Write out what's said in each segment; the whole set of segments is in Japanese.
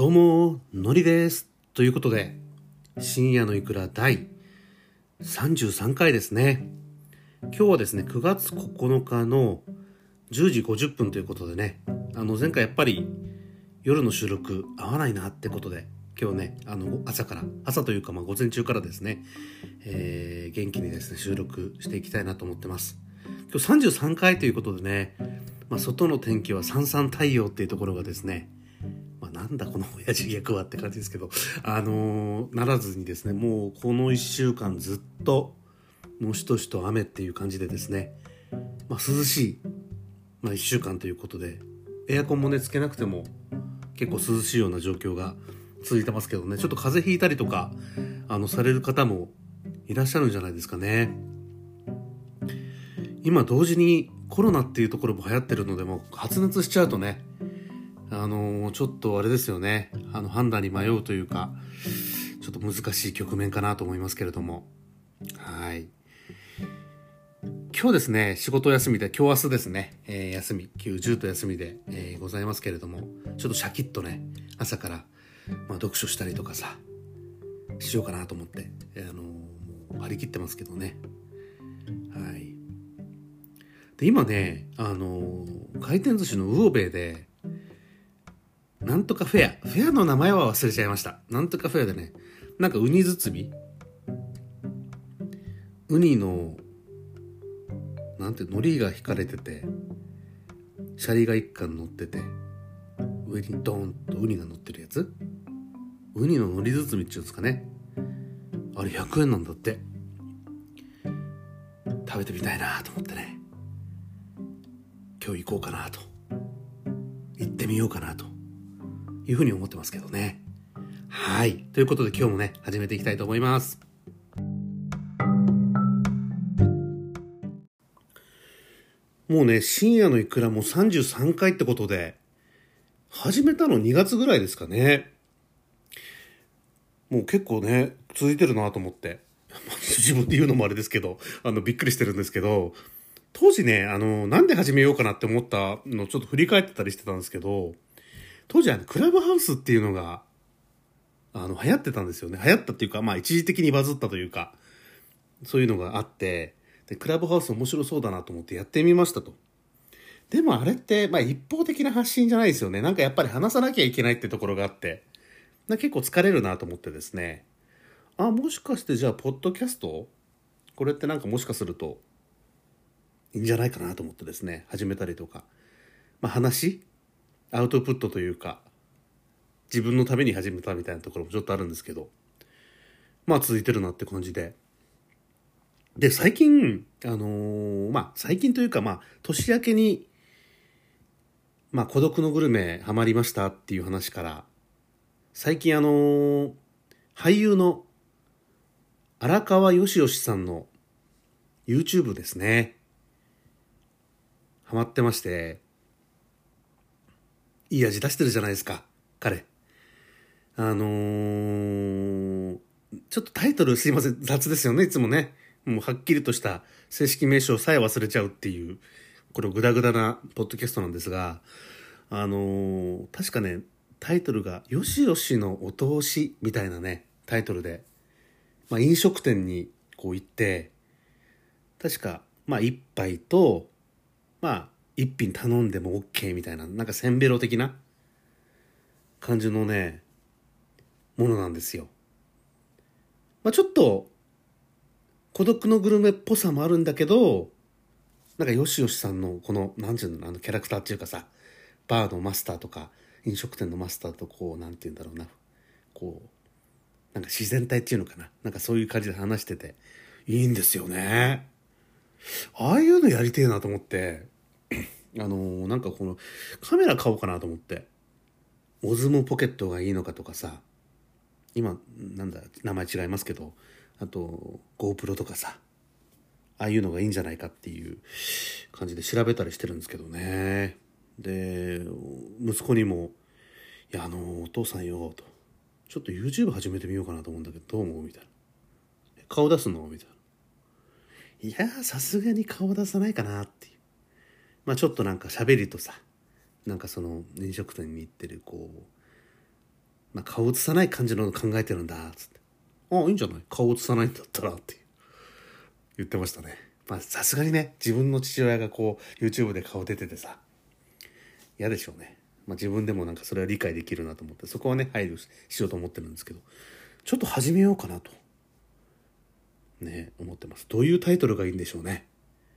どうものりです。ということで深夜のいくら第33回ですね。今日はですね9月9日の10時50分ということでね、前回やっぱり夜の収録合わないなってことで、今日ね朝というか午前中からですね、元気にですね収録していきたいなと思ってます。今日33回ということでね、外の天気はさんさん太陽っていうところがですね、なんだこの親父ギャグはって感じですけど、ならずにですね、もうこの1週間ずっともしとしと雨っていう感じでですね、涼しい、1週間ということで、エアコンもねつけなくても結構涼しいような状況が続いてますけどね、ちょっと風邪ひいたりとかされる方もいらっしゃるんじゃないですかね。今同時にコロナっていうところも流行ってるので、もう発熱しちゃうとね、ちょっとあれですよね、判断に迷うというか、ちょっと難しい局面かなと思いますけれども、はい。今日ですね、仕事休みで、今日明日ですね、休み、9、10と休みで、ございますけれども、ちょっとシャキッとね、朝から、読書したりとかさ、しようかなと思って、もう張り切ってますけどね。はい。で、今ね、回転寿司の魚べいで、なんとかフェアの名前は忘れちゃいました。なんとかフェアでね、なんかウニ包み、ウニのなんて海苔が引かれてて、シャリが一貫乗ってて、上にドーンとウニが乗ってるやつ、ウニの海苔包みっていうんですかね、あれ100円なんだって。食べてみたいなと思ってね、今日行こうかなと、行ってみようかなというふうに思ってますけどね。はい、ということで今日もね始めていきたいと思います。もうね、深夜のいくらも33回ってことで、始めたの2月ぐらいですかね。もう結構ね続いてるなと思って、自分で言うのもあれですけど、びっくりしてるんですけど、当時ね、なんで始めようかなって思ったのをちょっと振り返ってたりしてたんですけど、当時クラブハウスっていうのが流行ってたんですよね。流行ったっていうか、一時的にバズったというか、そういうのがあって、でクラブハウス面白そうだなと思ってやってみましたと。でもあれって、一方的な発信じゃないですよね。なんかやっぱり話さなきゃいけないってところがあって、結構疲れるなと思ってですね、もしかしてじゃあポッドキャスト、これってなんかもしかするといいんじゃないかなと思ってですね、始めたりとか、話アウトプットというか、自分のために始めたみたいなところもちょっとあるんですけど、続いてるなって感じで、で最近最近というか年明けに孤独のグルメハマりましたっていう話から、最近俳優の荒川よしよしさんの YouTube ですね、ハマってまして、いい味出してるじゃないですか彼。ちょっとタイトルすいません、雑ですよねいつもね。もうはっきりとした正式名称さえ忘れちゃうっていう、これグダグダなポッドキャストなんですが、確かねタイトルがよしよしのお通しみたいなねタイトルで、飲食店にこう行って、確か一杯と一品頼んでも OK みたいな、なんかせんべろ的な感じのねものなんですよ。ちょっと孤独のグルメっぽさもあるんだけど、なんかよしよしさんのこのなんていうの、キャラクターっていうかさ、バーのマスターとか飲食店のマスターとこうなんていうんだろうな、こうなんか自然体っていうのかな、なんかそういう感じで話してていいんですよね。ああいうのやりてえなと思って、なんかこのカメラ買おうかなと思って、オズモポケットがいいのかとかさ、今なんだ名前違いますけど、あと GoPro とかさ、ああいうのがいいんじゃないかっていう感じで調べたりしてるんですけどね。で息子にも「いやお父さんよ」と、ちょっと YouTube 始めてみようかなと思うんだけどどう思うみたいな。顔出すのみたいな。いやさすがに顔出さないかなっていう。ちょっとなんか喋りとさ、なんかその飲食店に行ってるこう顔映さない感じの考えてるんだつって、いいんじゃない、顔映さないんだったらって言ってましたね。さすがにね、自分の父親がこう YouTube で顔出ててさ、嫌でしょうね。自分でもなんかそれは理解できるなと思って、そこはね配慮しようと思ってるんですけど、ちょっと始めようかなとね思ってます。どういうタイトルがいいんでしょうね。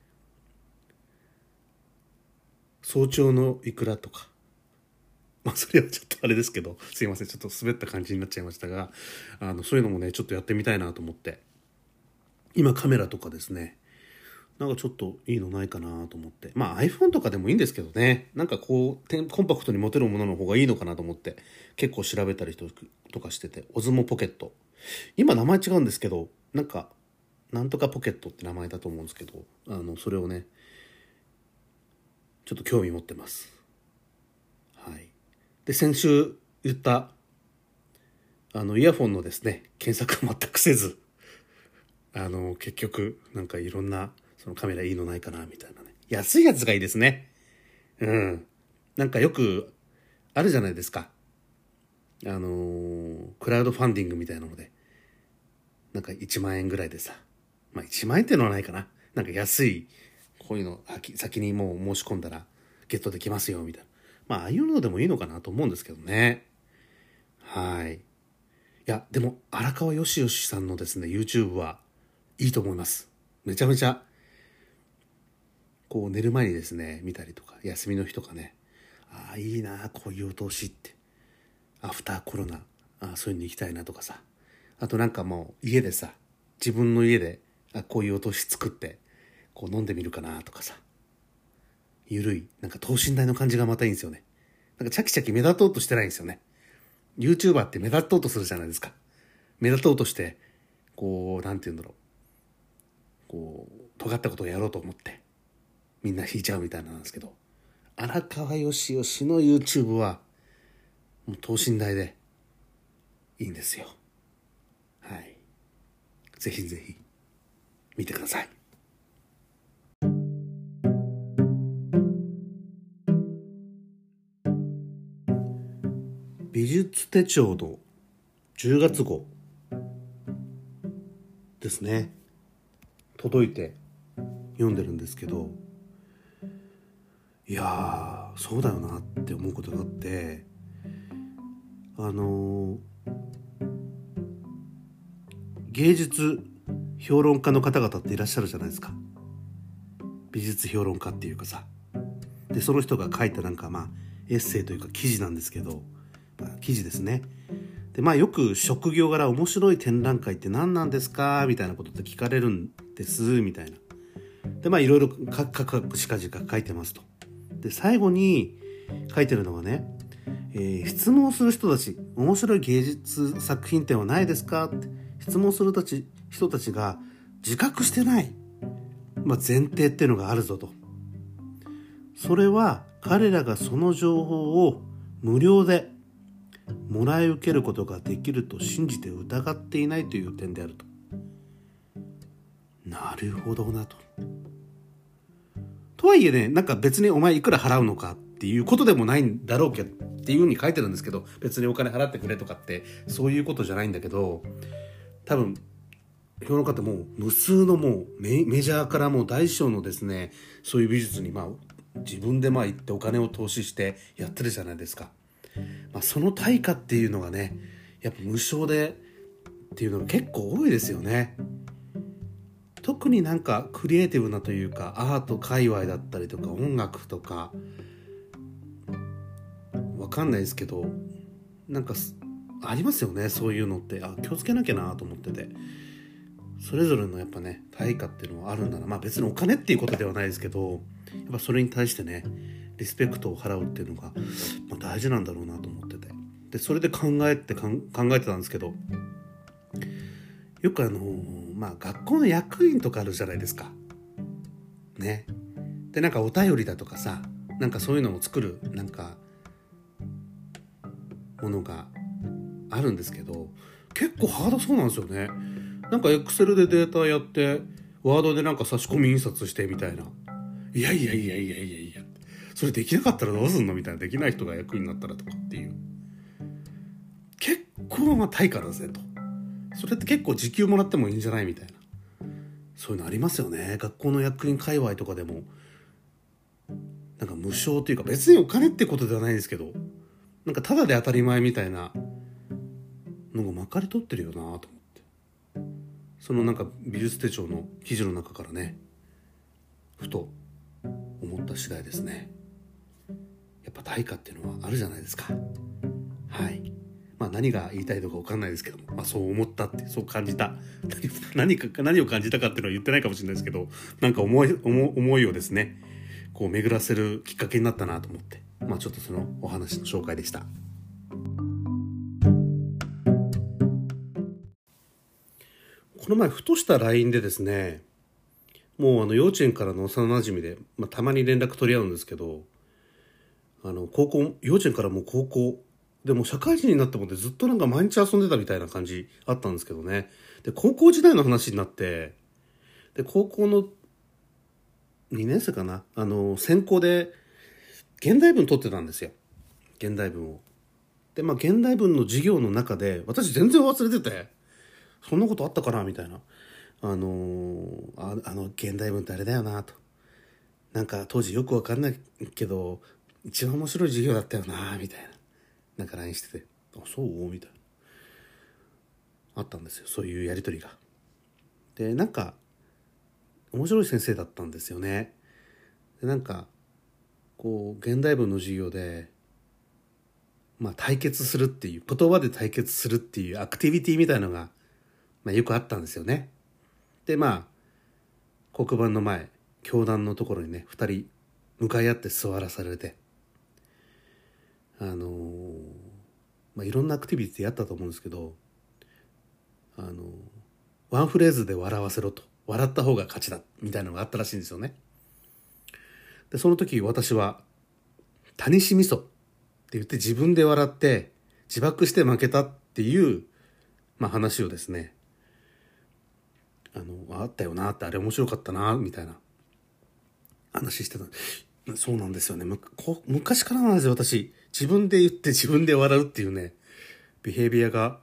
早朝のイクラとか、それはちょっとあれですけど、すいません、ちょっと滑った感じになっちゃいましたが、そういうのもねちょっとやってみたいなと思って、今カメラとかですね、なんかちょっといいのないかなと思って、iPhone とかでもいいんですけどね、なんかこうコンパクトに持てるものの方がいいのかなと思って結構調べたりとかしてて、オズモポケット、今名前違うんですけど、なんとかポケットって名前だと思うんですけど、それをねちょっと興味持ってます。はい。で、先週言ったイヤフォンのですね検索は全くせず、結局なんかいろんなそのカメラいいのないかなみたいなね、安いやつがいいですね。なんかよくあるじゃないですか、クラウドファンディングみたいなので、なんか1万円ぐらいでさ、1万円っていうのはないかな、なんか安いこういうの先にもう申し込んだらゲットできますよみたいな、ああいうのでもいいのかなと思うんですけどね。はい。いやでも荒川よしよしさんのですね YouTube はいいと思います。めちゃめちゃこう寝る前にですね見たりとか、休みの日とかね、いいなこういうお通しって、アフターコロナ、そういうの行きたいなとかさ、あとなんかもう家でさ、自分の家でこういうお通し作ってこう飲んでみるかなとかさ、ゆるいなんか等身大の感じがまたいいんですよね。なんかチャキチャキ目立とうとしてないんですよね。 YouTuber って目立とうとするじゃないですか。目立とうとしてこうなんて言うんだろう、こう尖ったことをやろうと思ってみんな引いちゃうみたいなんですけど、荒川よしよしの YouTube はもう等身大でいいんですよ。はい。ぜひぜひ見てください。美術手帳の10月号ですね、届いて読んでるんですけど、いやそうだよなって思うことがあって、芸術評論家の方々っていらっしゃるじゃないですか。美術評論家っていうかさ、でその人が書いたなんかエッセイというか記事なんですけど、記事ですね。でよく職業柄面白い展覧会って何なんですかみたいなことって聞かれるんですみたいな。でいろいろしかじか書いてますと。で最後に書いてるのがね、質問する人たち、面白い芸術作品展はないですかって質問する人たちが自覚してない、前提っていうのがあるぞと。それは彼らがその情報を無料でもらい受けることができると信じて疑っていないという点であると。なるほどなと。とはいえね、なんか別にお前いくら払うのかっていうことでもないんだろうけどっていう風に書いてるんですけど、別にお金払ってくれとかってそういうことじゃないんだけど、多分評論家ってもう無数のもうメジャーからもう大小のですね、そういう美術に自分で行ってお金を投資してやってるじゃないですか。その対価っていうのがね、やっぱ無償でっていうのが結構多いですよね。特になんかクリエイティブなというかアート界隈だったりとか音楽とかわかんないですけど、なんかありますよね、そういうのって。気をつけなきゃなと思ってて、それぞれのやっぱね対価っていうのはあるんだな。別にお金っていうことではないですけど、やっぱそれに対してねリスペクトを払うっていうのが、大事なんだろうなと思ってて、でそれで考えてたんですけど、よく学校の役員とかあるじゃないですかね。でなんかお便りだとかさ、なんかそういうのを作るなんかものがあるんですけど、結構ハードそうなんですよね。なんかエクセルでデータやってワードでなんか差し込み印刷してみたいな。いやそれできなかったらどうすんのみたいな。できない人が役員になったらとかっていう、 校は対価だぜと、それって結構時給もらってもいいんじゃないみたいな、そういうのありますよね。学校の役員界隈とかでもなんか無償というか、別にお金ってことではないですけど、なんかただで当たり前みたいなのがまかり取ってるよなと思って、そのなんか美術手帳の記事の中からね、ふと思った次第ですね。やっぱ対価っていうのはあるじゃないですか。はい。何が言いたいのか分かんないですけども、そう思ったって、そう感じた何を感じたかっていうのは言ってないかもしれないですけど、なんか思いをですね、こう巡らせるきっかけになったなと思って、ちょっとそのお話の紹介でした。この前ふとした LINE でですね、もう幼稚園からの幼馴染で、たまに連絡取り合うんですけど、幼稚園からもう高校でも社会人になってもずっとなんか毎日遊んでたみたいな感じあったんですけどね。で高校時代の話になって、で高校の2年生かな、専攻で現代文取ってたんですよ、現代文を。で現代文の授業の中で私全然忘れてて、そんなことあったかなみたいな、現代文ってあれだよなと、なんか当時よく分かんないけど一番面白い授業だったよなみたいな、なんか LINE してて、そうみたいなあったんですよ、そういうやり取りが。でなんか面白い先生だったんですよね。でなんかこう現代文の授業で対決するっていう、言葉で対決するっていうアクティビティみたいのが、よくあったんですよね。で黒板の前、教壇のところにね2人向かい合って座らされて、いろんなアクティビティあったと思うんですけど、ワンフレーズで笑わせろと、笑った方が勝ちだみたいなのがあったらしいんですよね。でその時私はタニシ味噌って言って自分で笑って自爆して負けたっていう、話をですね、あったよなって、あれ面白かったなみたいな話してた。そうなんですよね。昔からなんですよ、私。自分で言って自分で笑うっていうね、ビヘイビアが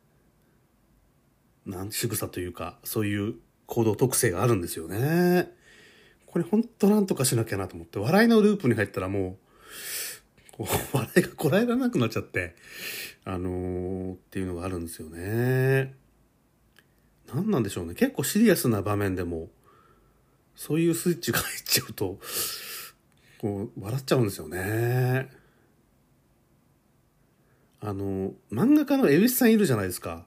仕草というか、そういう行動特性があるんですよね。これ本当なんとかしなきゃなと思って、笑いのループに入ったらもう笑いがこらえられなくなっちゃって、っていうのがあるんですよね。何なんでしょうね。結構シリアスな場面でもそういうスイッチが入っちゃうとこう笑っちゃうんですよね。漫画家の蛭子さんいるじゃないですか。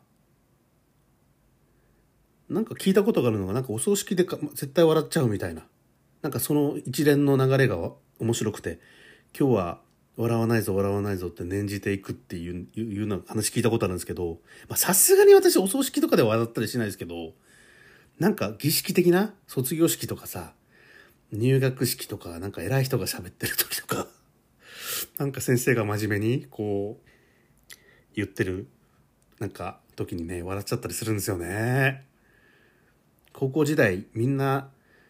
なんか聞いたことがあるのが、なんかお葬式で絶対笑っちゃうみたいな、なんかその一連の流れが面白くて、今日は笑わないぞ笑わないぞって念じていくっていうような話聞いたことあるんですけど、さすがに私お葬式とかでは笑ったりしないですけど、なんか儀式的な卒業式とかさ、入学式とか、なんか偉い人が喋ってる時とかなんか先生が真面目にこう言ってるなんか時にね、笑っちゃったりするんですよね。高校時代みんな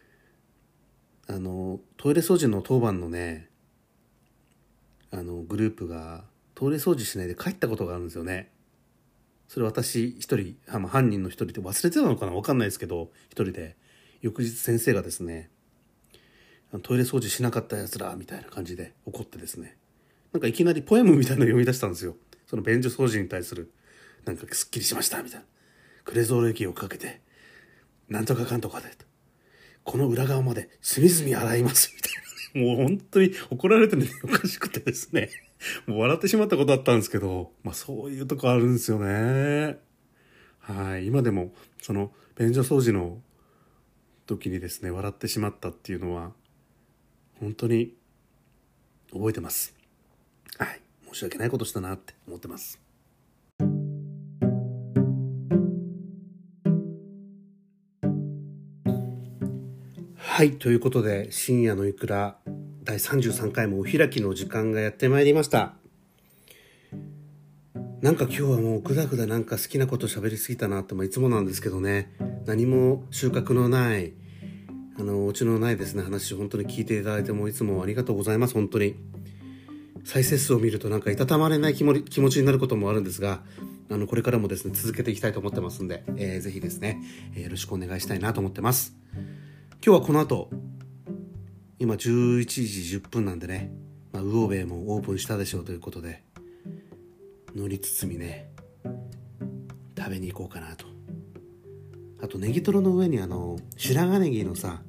トイレ掃除の当番のね、グループがトイレ掃除しないで帰ったことがあるんですよね。それ私一人、犯人の一人で忘れてたのかな、分かんないですけど、一人で翌日先生がですね、トイレ掃除しなかったやつらみたいな感じで怒ってですね、なんかいきなりポエムみたいなの読み出したんですよ。その便所掃除に対する、なんかすっきりしましたみたいな、クレゾール液をかけてなんとかかんとかで、この裏側まで隅々洗いますみたいな、もう本当に怒られてるのにおかしくてですね、もう笑ってしまったことだったんですけど、そういうとこあるんですよね。はい、今でもその便所掃除の時にですね、笑ってしまったっていうのは本当に覚えてます。はい、申し訳ないことしたなって思ってます。はい、ということで深夜のいくら第33回もお開きの時間がやってまいりました。なんか今日はもうぐだぐだなんか好きなこと喋りすぎたなって、いつもなんですけどね、何も収穫のないオチのないですね話、本当に聞いていただいてもいつもありがとうございます。本当に再生数を見るとなんかいたたまれない気持ちになることもあるんですが、 これからもですね続けていきたいと思ってますんで、ぜひですね、よろしくお願いしたいなと思ってます。今日はこの後今11時10分なんでね、魚べいもオープンしたでしょうということで、海苔包みね食べに行こうかなと。あとネギトロの上に白髪ネギのさ、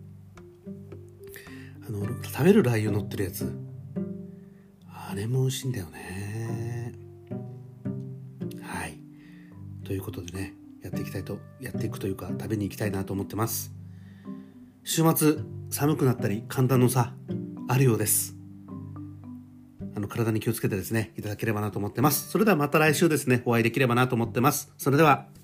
食べるラー油乗ってるやつ、あれも美味しいんだよね。はい、ということでね、やっていくというか食べに行きたいなと思ってます。週末寒くなったり寒暖の差あるようです。体に気をつけてですねいただければなと思ってます。それではまた来週ですねお会いできればなと思ってます。それでは。